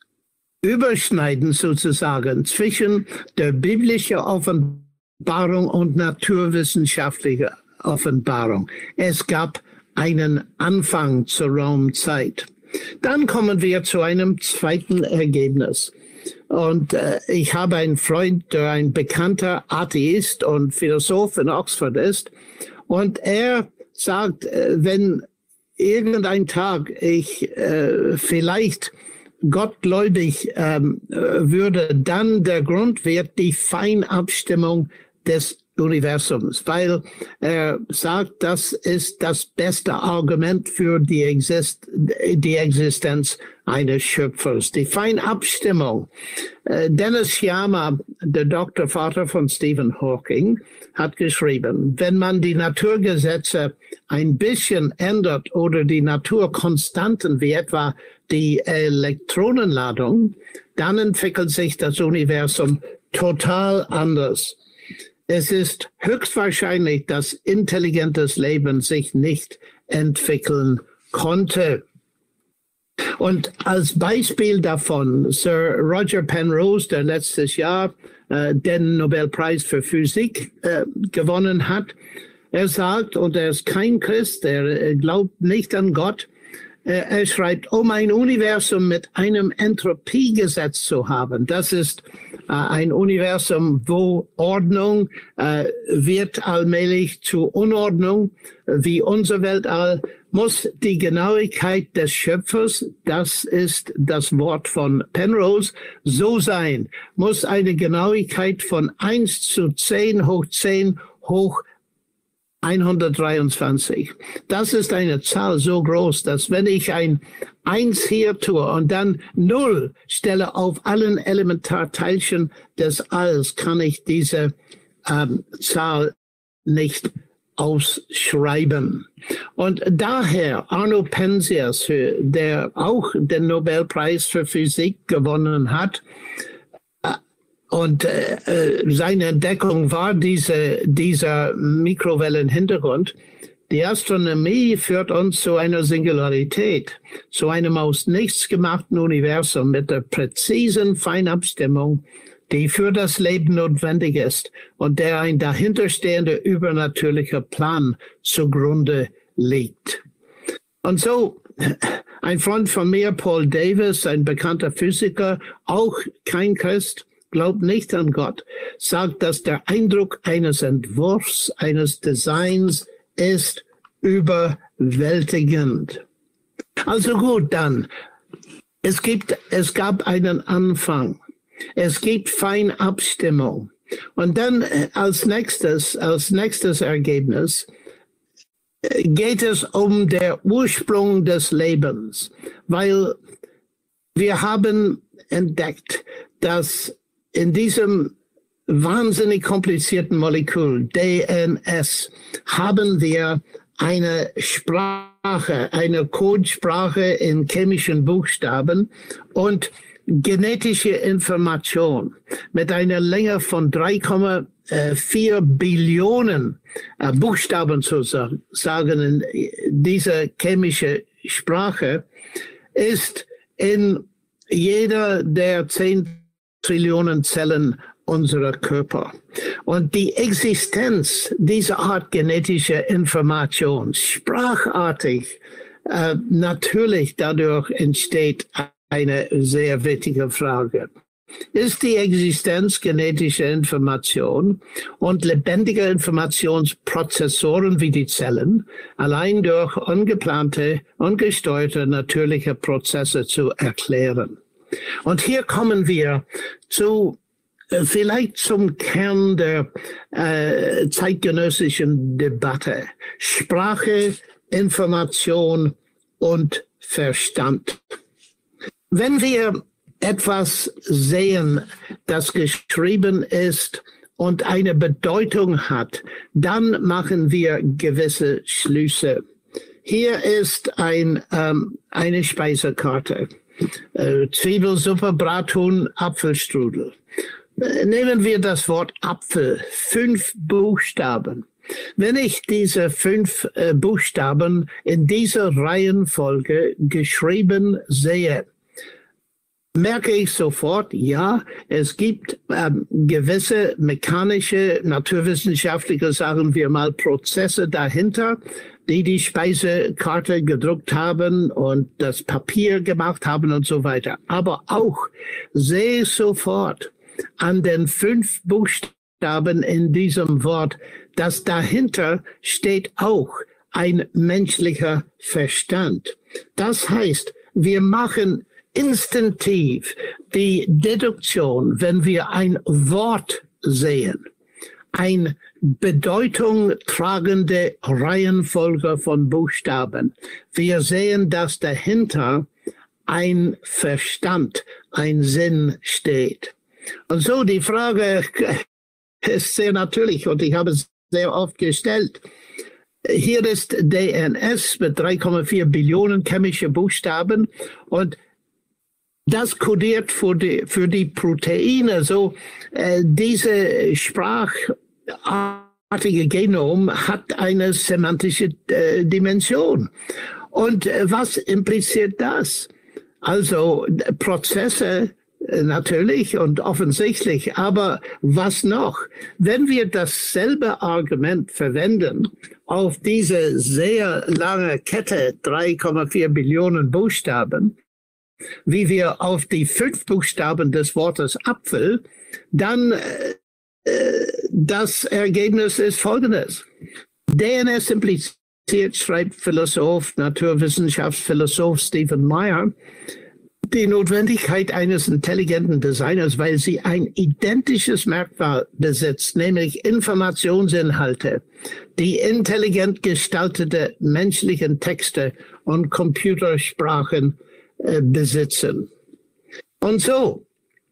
Überschneiden sozusagen zwischen der biblischen Offenbarung und naturwissenschaftlicher Offenbarung. Es gab einen Anfang zur Raumzeit. Dann kommen wir zu einem zweiten Ergebnis. Und äh, ich habe einen Freund, der ein bekannter Atheist und Philosoph in Oxford ist. Und er sagt, äh, wenn irgendein Tag ich äh, vielleicht gottgläubig ähm, würde, dann der Grund wird die Feinabstimmung des Universums, weil er sagt, das ist das beste Argument für die, Exist die Existenz eines Schöpfers. Die Feinabstimmung. Äh, Dennis Sciama, der Doktorvater von Stephen Hawking, hat geschrieben, wenn man die Naturgesetze ein bisschen ändert oder die Naturkonstanten wie etwa die Elektronenladung, dann entwickelt sich das Universum total anders. Es ist höchstwahrscheinlich, dass intelligentes Leben sich nicht entwickeln konnte. Und als Beispiel davon, Sir Roger Penrose, der letztes Jahr äh, den Nobelpreis für Physik äh, gewonnen hat, Er sagt, und er ist kein Christ, er glaubt nicht an Gott. Er schreibt, um ein Universum mit einem Entropiegesetz zu haben. Das ist äh, ein Universum, wo Ordnung äh, wird allmählich zu Unordnung, wie unser Weltall, muss die Genauigkeit des Schöpfers, das ist das Wort von Penrose, so sein, muss eine Genauigkeit von eins zu zehn hoch zehn hoch hundertdreiundzwanzig. Das ist eine Zahl so groß, dass wenn ich ein eins hier tue und dann null stelle auf allen Elementarteilchen des Alls, kann ich diese ähm, Zahl nicht ausschreiben. Und daher Arno Penzias, der auch den Nobelpreis für Physik gewonnen hat, und äh, seine Entdeckung war diese, dieser Mikrowellenhintergrund. Die Astronomie führt uns zu einer Singularität, zu einem aus nichts gemachten Universum mit der präzisen Feinabstimmung, die für das Leben notwendig ist und der ein dahinterstehender übernatürlicher Plan zugrunde liegt. Und so, ein Freund von mir, Paul Davies, ein bekannter Physiker, auch kein Christ, glaubt nicht an Gott, sagt, dass der Eindruck eines Entwurfs, eines Designs ist überwältigend. Also gut, dann, es gibt, es gab einen Anfang. Es gibt Feinabstimmung. Und dann als nächstes, als nächstes Ergebnis geht es um den Ursprung des Lebens, weil wir haben entdeckt, dass in diesem wahnsinnig komplizierten Molekül D N S haben wir eine Sprache, eine Codesprache in chemischen Buchstaben und genetische Information mit einer Länge von drei Komma vier Billionen Buchstaben zu sagen in dieser chemischen Sprache ist in jeder der zehn Trillionen Zellen unserer Körper. Und die Existenz dieser Art genetischer Information, sprachartig, äh, natürlich dadurch entsteht eine sehr wichtige Frage. Ist die Existenz genetischer Information und lebendiger Informationsprozessoren wie die Zellen allein durch ungeplante, ungesteuerte natürliche Prozesse zu erklären? Und hier kommen wir zu, äh, vielleicht zum Kern der äh, zeitgenössischen Debatte. Sprache, Information und Verstand. Wenn wir etwas sehen, das geschrieben ist und eine Bedeutung hat, dann machen wir gewisse Schlüsse. Hier ist ein, ähm, eine Speisekarte. Äh, Zwiebelsuppe, Brathuhn, Apfelstrudel. Äh, nehmen wir das Wort Apfel, fünf Buchstaben. Wenn ich diese fünf äh, Buchstaben in dieser Reihenfolge geschrieben sehe, merke ich sofort, ja, es gibt ähm, gewisse mechanische, naturwissenschaftliche, sagen wir mal, Prozesse dahinter, die die Speisekarte gedruckt haben und das Papier gemacht haben und so weiter. Aber auch sehe ich sofort an den fünf Buchstaben in diesem Wort, dass dahinter steht auch ein menschlicher Verstand. Das heißt, wir machen instinktiv die Deduktion, wenn wir ein Wort sehen, ein Bedeutung tragende Reihenfolge von Buchstaben. Wir sehen, dass dahinter ein Verstand, ein Sinn steht. Und so die Frage ist sehr natürlich und ich habe es sehr oft gestellt. Hier ist D N S mit drei Komma vier Billionen chemische Buchstaben und das kodiert für die, für die Proteine. So, äh, diese sprachartige Genom hat eine semantische äh, Dimension. Und äh, was impliziert das? Also Prozesse Natürlich und offensichtlich, aber was noch? Wenn wir dasselbe Argument verwenden auf diese sehr lange Kette, drei Komma vier Billionen Buchstaben, wie wir auf die fünf Buchstaben des Wortes Apfel, dann äh, das Ergebnis ist folgendes. D N S impliziert, schreibt Philosoph, Naturwissenschaftsphilosoph Stephen Meyer, die Notwendigkeit eines intelligenten Designers, weil sie ein identisches Merkmal besitzt, nämlich Informationsinhalte, die intelligent gestaltete menschlichen Texte und Computersprachen äh, besitzen. Und so,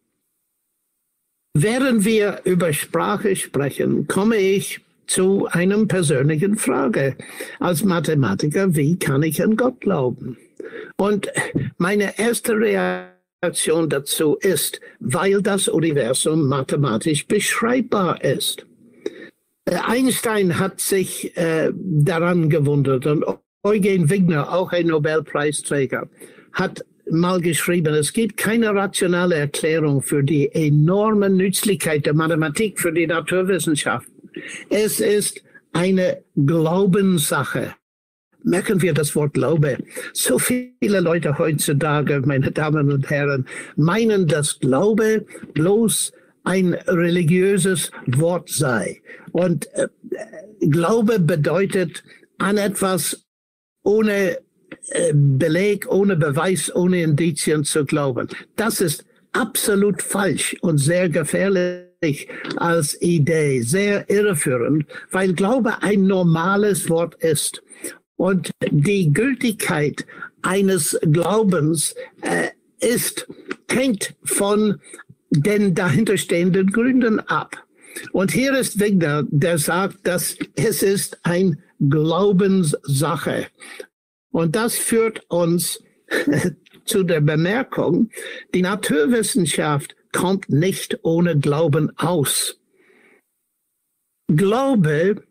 während wir über Sprache sprechen, komme ich zu einer persönlichen Frage. Als Mathematiker, wie kann ich an Gott glauben? Und meine erste Reaktion dazu ist, weil das Universum mathematisch beschreibbar ist. Einstein hat sich äh, daran gewundert und Eugen Wigner, auch ein Nobelpreisträger, hat mal geschrieben, es gibt keine rationale Erklärung für die enorme Nützlichkeit der Mathematik für die Naturwissenschaften. Es ist eine Glaubenssache. Merken wir das Wort Glaube. So viele Leute heutzutage, meine Damen und Herren, meinen, dass Glaube bloß ein religiöses Wort sei. Und äh, Glaube bedeutet an etwas ohne äh, Beleg, ohne Beweis, ohne Indizien zu glauben. Das ist absolut falsch und sehr gefährlich als Idee, sehr irreführend, weil Glaube ein normales Wort ist. Und die Gültigkeit eines Glaubens äh, ist, hängt von den dahinterstehenden Gründen ab. Und hier ist Wigner, der sagt, dass es ist ein Glaubenssache. Und das führt uns zu der Bemerkung, die Naturwissenschaft kommt nicht ohne Glauben aus. Glaube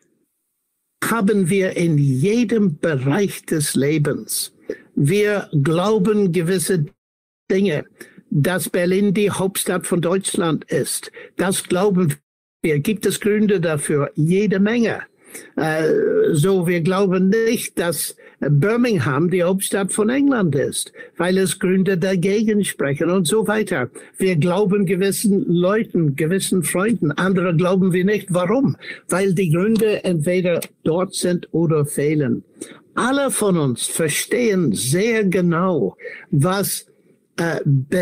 haben wir in jedem Bereich des Lebens. Wir glauben gewisse Dinge, dass Berlin die Hauptstadt von Deutschland ist. Das glauben wir. Gibt es Gründe dafür? Jede Menge. Äh, so, wir glauben nicht, dass Birmingham die Hauptstadt von England ist, weil es Gründe dagegen sprechen und so weiter. Wir glauben gewissen Leuten, gewissen Freunden. Andere glauben wir nicht. Warum? Weil die Gründe entweder dort sind oder fehlen. Alle von uns verstehen sehr genau, was äh,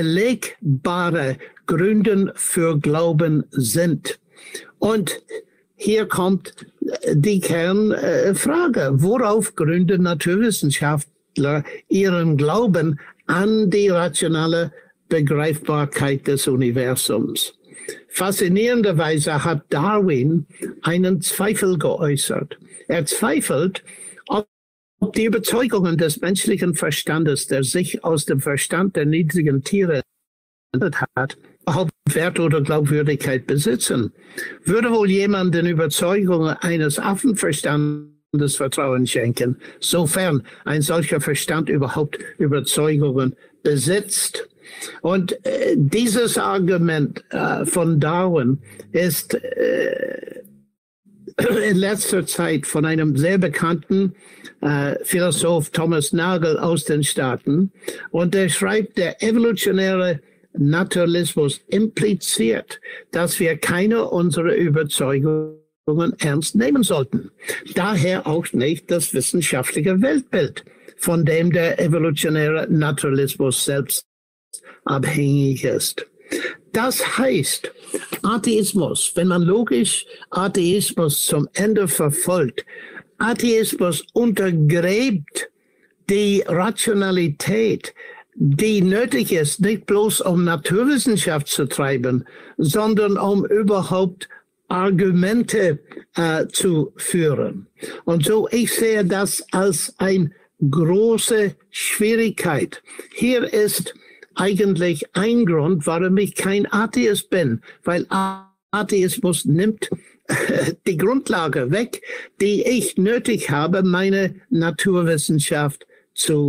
belegbare Gründe für Glauben sind. Und hier kommt die Kernfrage. Worauf gründen Naturwissenschaftler ihren Glauben an die rationale Begreifbarkeit des Universums? Faszinierenderweise hat Darwin einen Zweifel geäußert. Er zweifelt, ob die Überzeugungen des menschlichen Verstandes, der sich aus dem Verstand der niedrigen Tiere hat, überhaupt Wert oder Glaubwürdigkeit besitzen. Würde wohl jemand den Überzeugungen eines Affenverstandes Vertrauen schenken, sofern ein solcher Verstand überhaupt Überzeugungen besitzt? Und äh, dieses Argument äh, von Darwin ist äh, in letzter Zeit von einem sehr bekannten äh, Philosoph Thomas Nagel aus den Staaten, und er schreibt, der evolutionäre Naturalismus impliziert, dass wir keine unserer Überzeugungen ernst nehmen sollten. Daher auch nicht das wissenschaftliche Weltbild, von dem der evolutionäre Naturalismus selbst abhängig ist. Das heißt, Atheismus, wenn man logisch Atheismus zum Ende verfolgt, Atheismus untergräbt die Rationalität, die nötig ist, nicht bloß um Naturwissenschaft zu treiben, sondern um überhaupt Argumente äh, zu führen. Und so, ich sehe das als eine große Schwierigkeit. Hier ist eigentlich ein Grund, warum ich kein Atheist bin, weil Atheismus nimmt die Grundlage weg, die ich nötig habe, meine Naturwissenschaft zu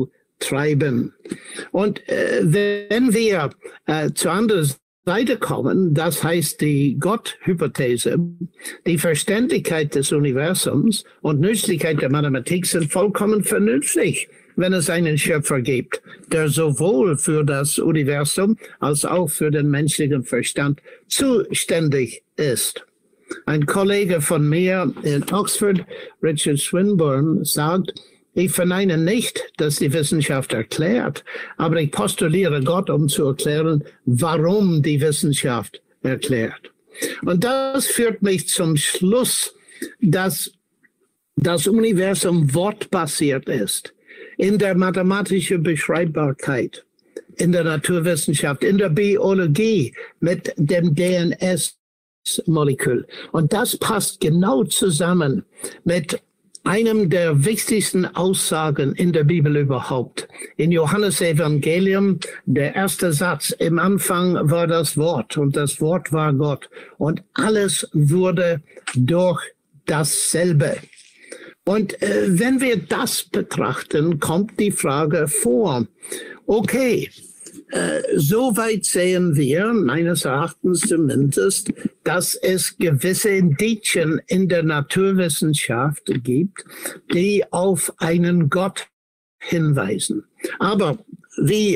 treiben. Und äh, wenn wir äh, zu anderen Seite kommen, das heißt die Gott-Hypothese, die Verständlichkeit des Universums und Nützlichkeit der Mathematik sind vollkommen vernünftig, wenn es einen Schöpfer gibt, der sowohl für das Universum als auch für den menschlichen Verstand zuständig ist. Ein Kollege von mir in Oxford, Richard Swinburne, sagt, ich verneine nicht, dass die Wissenschaft erklärt, aber ich postuliere Gott, um zu erklären, warum die Wissenschaft erklärt. Und das führt mich zum Schluss, dass das Universum wortbasiert ist, in der mathematischen Beschreibbarkeit, in der Naturwissenschaft, in der Biologie mit dem D N S-Molekül. Und das passt genau zusammen mit einem der wichtigsten Aussagen in der Bibel überhaupt. In Johannes Evangelium, der erste Satz, im Anfang war das Wort und das Wort war Gott und alles wurde durch dasselbe. Und äh, wenn wir das betrachten, kommt die Frage vor, okay, äh, soweit sehen wir, meines Erachtens zumindest, dass es gewisse Indizien in der Naturwissenschaft gibt, die auf einen Gott hinweisen. Aber wie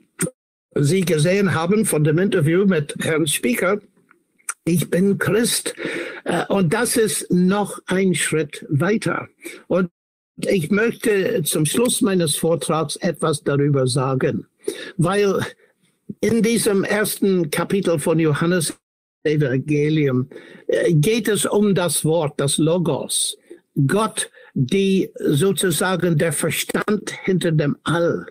Sie gesehen haben von dem Interview mit Herrn Speaker, ich bin Christ äh, und das ist noch ein Schritt weiter. Und ich möchte zum Schluss meines Vortrags etwas darüber sagen, weil in diesem ersten Kapitel von Johannes Evangelium äh, geht es um das Wort, das Logos, Gott, die sozusagen der Verstand hinter dem All.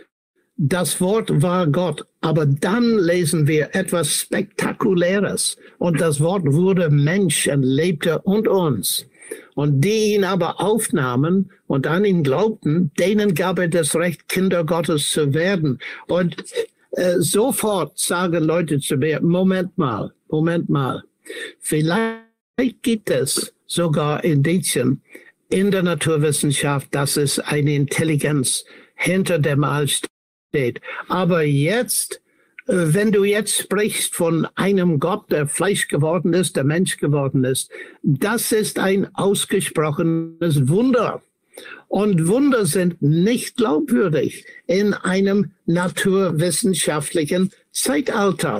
Das Wort war Gott, aber dann lesen wir etwas Spektakuläres. Und das Wort wurde Mensch und lebte unter uns. Und die ihn aber aufnahmen und an ihn glaubten, denen gab er das Recht, Kinder Gottes zu werden. Und äh, sofort sagen Leute zu mir, Moment mal, Moment mal. Vielleicht gibt es sogar Indizien in der Naturwissenschaft, dass es eine Intelligenz hinter dem All steht. Aber jetzt, wenn du jetzt sprichst von einem Gott, der Fleisch geworden ist, der Mensch geworden ist, das ist ein ausgesprochenes Wunder. Und Wunder sind nicht glaubwürdig in einem naturwissenschaftlichen Zeitalter.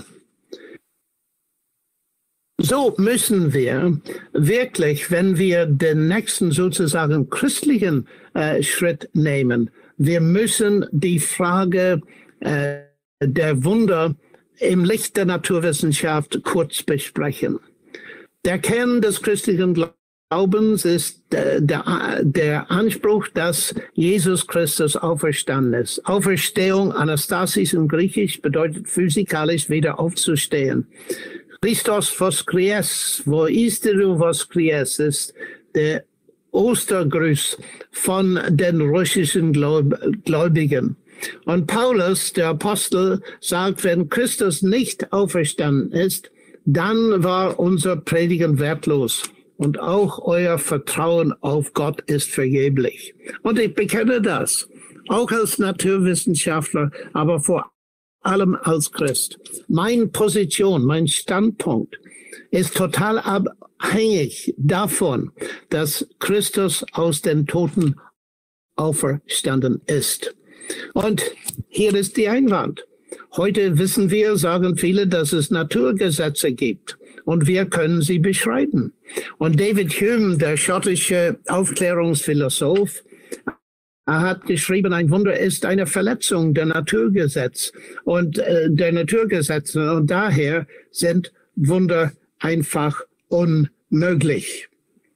So müssen wir wirklich, wenn wir den nächsten sozusagen christlichen äh, Schritt nehmen, wir müssen die Frage äh, der Wunder im Licht der Naturwissenschaft kurz besprechen. Der Kern des christlichen Glaubens ist äh, der, der Anspruch, dass Jesus Christus auferstanden ist. Auferstehung, Anastasis in Griechisch, bedeutet physikalisch wieder aufzustehen. Christos voskries, wo isteru voskries ist der Ostergruß von den russischen Gläubigen. Und Paulus, der Apostel, sagt, wenn Christus nicht auferstanden ist, dann war unser Predigen wertlos. Und auch euer Vertrauen auf Gott ist vergeblich. Und ich bekenne das, auch als Naturwissenschaftler, aber vor allem als Christ. Meine Position, mein Standpunkt ist total abhängig davon, dass Christus aus den Toten auferstanden ist. Und hier ist die Einwand. Heute wissen wir, sagen viele, dass es Naturgesetze gibt und wir können sie beschreiben. Und David Hume, der schottische Aufklärungsphilosoph, er hat geschrieben, ein Wunder ist eine Verletzung der Naturgesetze und äh, der Naturgesetze und daher sind Wunder einfach unmöglich.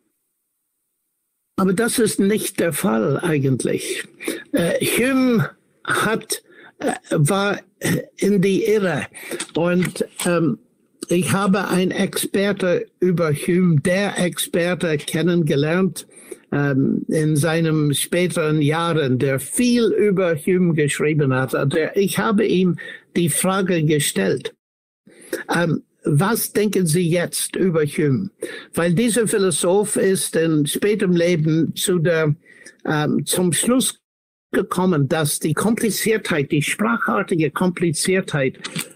Aber das ist nicht der Fall eigentlich. Äh, Hume hat, äh, war in die Irre und ähm, ich habe einen Experte über Hume, der Experte kennengelernt ähm, in seinen späteren Jahren, der viel über Hume geschrieben hat. Der, ich habe ihm die Frage gestellt, ähm, was denken Sie jetzt über Hume? Weil dieser Philosoph ist in spätem Leben zu der, ähm, zum Schluss gekommen, dass die Kompliziertheit, die sprachartige Kompliziertheit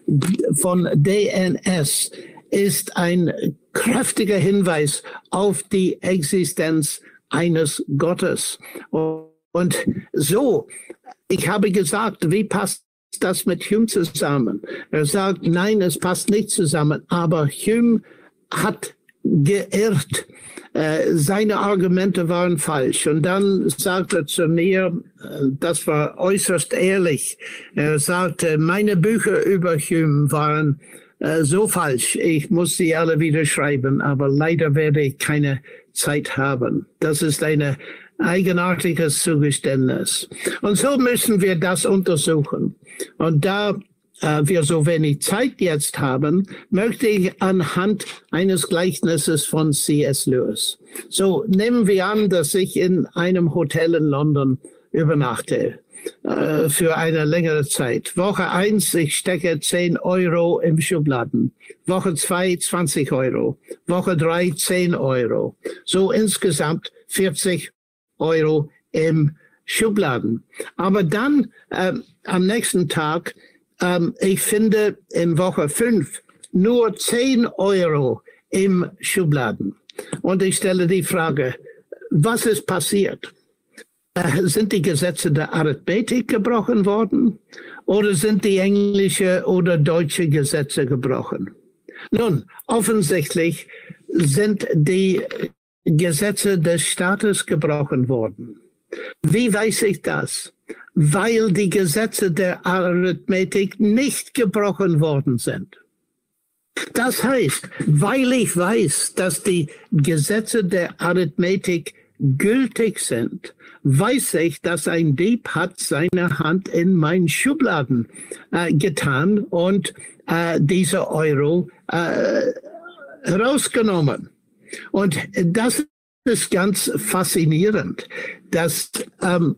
von D N S ist ein kräftiger Hinweis auf die Existenz eines Gottes. Und so, ich habe gesagt, wie passt das mit Hume zusammen? Er sagt, nein, es passt nicht zusammen, aber Hume hat geirrt. Äh, seine Argumente waren falsch. Und dann sagte er zu mir, äh, das war äußerst ehrlich, er sagte, meine Bücher über Hume waren äh, so falsch, ich muss sie alle wieder schreiben, aber leider werde ich keine Zeit haben. Das ist eine eigenartiges Zugeständnis. Und so müssen wir das untersuchen. Und da äh, wir so wenig Zeit jetzt haben, möchte ich anhand eines Gleichnisses von C S Lewis. So nehmen wir an, dass ich in einem Hotel in London übernachte äh, für eine längere Zeit. Woche eins, ich stecke zehn Euro im Schubladen. Woche zwei, zwanzig Euro. Woche drei, zehn Euro. So insgesamt vierzig Euro im Schubladen. Aber dann äh, am nächsten Tag, äh, ich finde in Woche fünf nur zehn Euro im Schubladen. Und ich stelle die Frage, was ist passiert? Äh, sind die Gesetze der Arithmetik gebrochen worden oder sind die englische oder deutsche Gesetze gebrochen? Nun, offensichtlich sind die Gesetze des Staates gebrochen worden. Wie weiß ich das? Weil die Gesetze der Arithmetik nicht gebrochen worden sind. Das heißt, weil ich weiß, dass die Gesetze der Arithmetik gültig sind, weiß ich, dass ein Dieb hat seine Hand in meinen Schubladen äh, getan und äh, diese Euro äh, rausgenommen. Und das ist ganz faszinierend, dass ähm,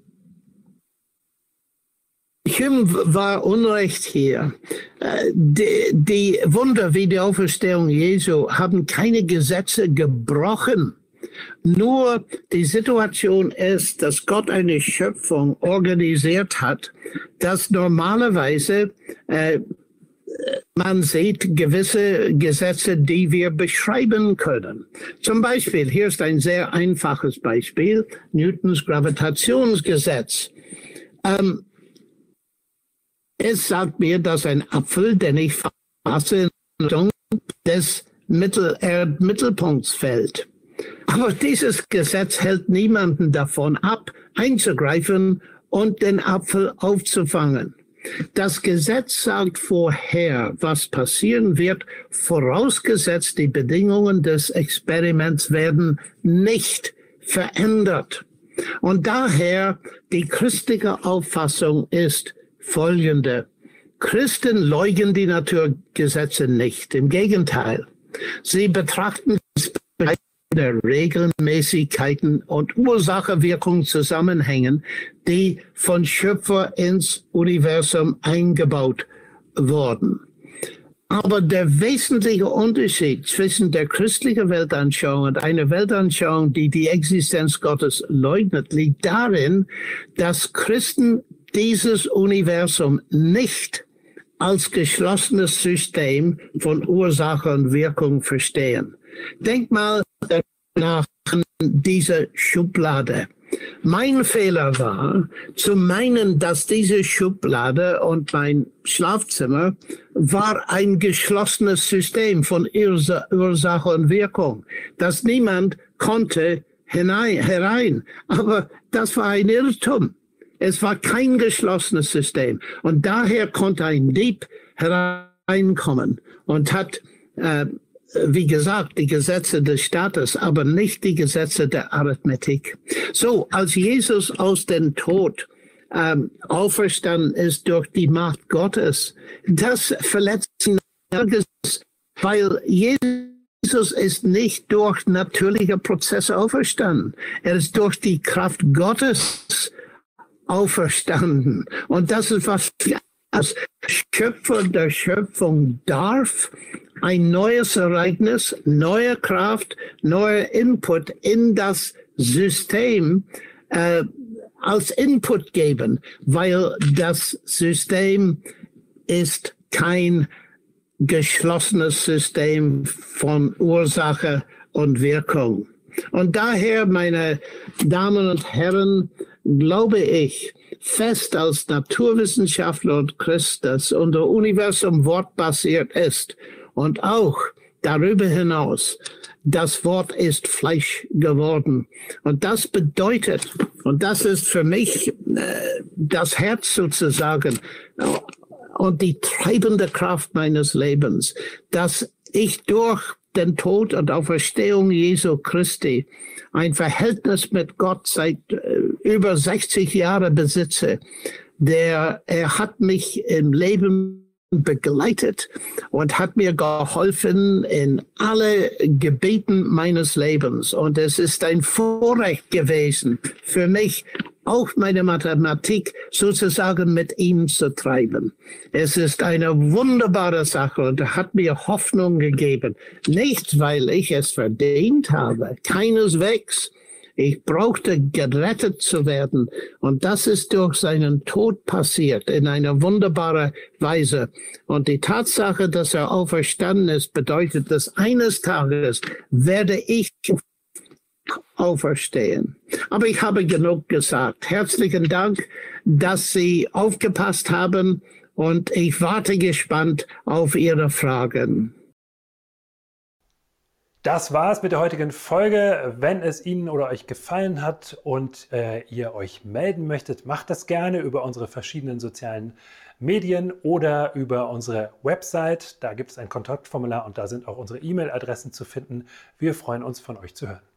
Hume war Unrecht hier. Äh, die, die Wunder wie die Auferstehung Jesu haben keine Gesetze gebrochen. Nur die Situation ist, dass Gott eine Schöpfung organisiert hat, dass normalerweise äh, man sieht gewisse Gesetze, die wir beschreiben können. Zum Beispiel, hier ist ein sehr einfaches Beispiel, Newtons Gravitationsgesetz. Ähm, es sagt mir, dass ein Apfel, den ich fasse, in Richtung des Mittel Erdmittelpunkts fällt. Aber dieses Gesetz hält niemanden davon ab, einzugreifen und den Apfel aufzufangen. Das Gesetz sagt vorher, was passieren wird, vorausgesetzt die Bedingungen des Experiments werden nicht verändert. Und daher die christliche Auffassung ist folgende. Christen leugnen die Naturgesetze nicht. Im Gegenteil, sie betrachten der Regelmäßigkeiten und Ursache-Wirkung-Zusammenhängen, die von Schöpfer ins Universum eingebaut wurden. Aber der wesentliche Unterschied zwischen der christlichen Weltanschauung und einer Weltanschauung, die die Existenz Gottes leugnet, liegt darin, dass Christen dieses Universum nicht als geschlossenes System von Ursache und Wirkung verstehen. Denk mal nach dieser Schublade. Mein Fehler war, zu meinen, dass diese Schublade und mein Schlafzimmer war ein geschlossenes System von Ursa- Ursache und Wirkung, dass niemand konnte hinein, herein. Aber das war ein Irrtum. Es war kein geschlossenes System. Und daher konnte ein Dieb hereinkommen und hat äh, wie gesagt, die Gesetze des Staates, aber nicht die Gesetze der Arithmetik. So, als Jesus aus dem Tod ähm, auferstanden ist durch die Macht Gottes, das verletzt nirgends, weil Jesus ist nicht durch natürliche Prozesse auferstanden. Er ist durch die Kraft Gottes auferstanden. Und das ist, was als Schöpfer der Schöpfung darf, ein neues Ereignis, neue Kraft, neuer Input in das System äh, als Input geben, weil das System ist kein geschlossenes System von Ursache und Wirkung. Und daher, meine Damen und Herren, glaube ich fest als Naturwissenschaftler und Christ, dass unser Universum wortbasiert ist und auch darüber hinaus, das Wort ist Fleisch geworden. Und das bedeutet, und das ist für mich äh, das Herz sozusagen und die treibende Kraft meines Lebens, dass ich durch den Tod und Auferstehung Jesu Christi ein Verhältnis mit Gott seit äh, über sechzig Jahren besitze. Der, er hat mich im Leben begleitet und hat mir geholfen in alle Gebieten meines Lebens. Und es ist ein Vorrecht gewesen für mich, auch meine Mathematik sozusagen mit ihm zu treiben. Es ist eine wunderbare Sache und er hat mir Hoffnung gegeben. Nicht, weil ich es verdient habe, keineswegs. Ich brauchte gerettet zu werden und das ist durch seinen Tod passiert in einer wunderbaren Weise. Und die Tatsache, dass er auferstanden ist, bedeutet, dass eines Tages werde ich auferstehen. Aber ich habe genug gesagt. Herzlichen Dank, dass Sie aufgepasst haben und ich warte gespannt auf Ihre Fragen. Das war's mit der heutigen Folge. Wenn es Ihnen oder euch gefallen hat und äh, ihr euch melden möchtet, macht das gerne über unsere verschiedenen sozialen Medien oder über unsere Website. Da gibt es ein Kontaktformular und da sind auch unsere E-Mail-Adressen zu finden. Wir freuen uns, von euch zu hören.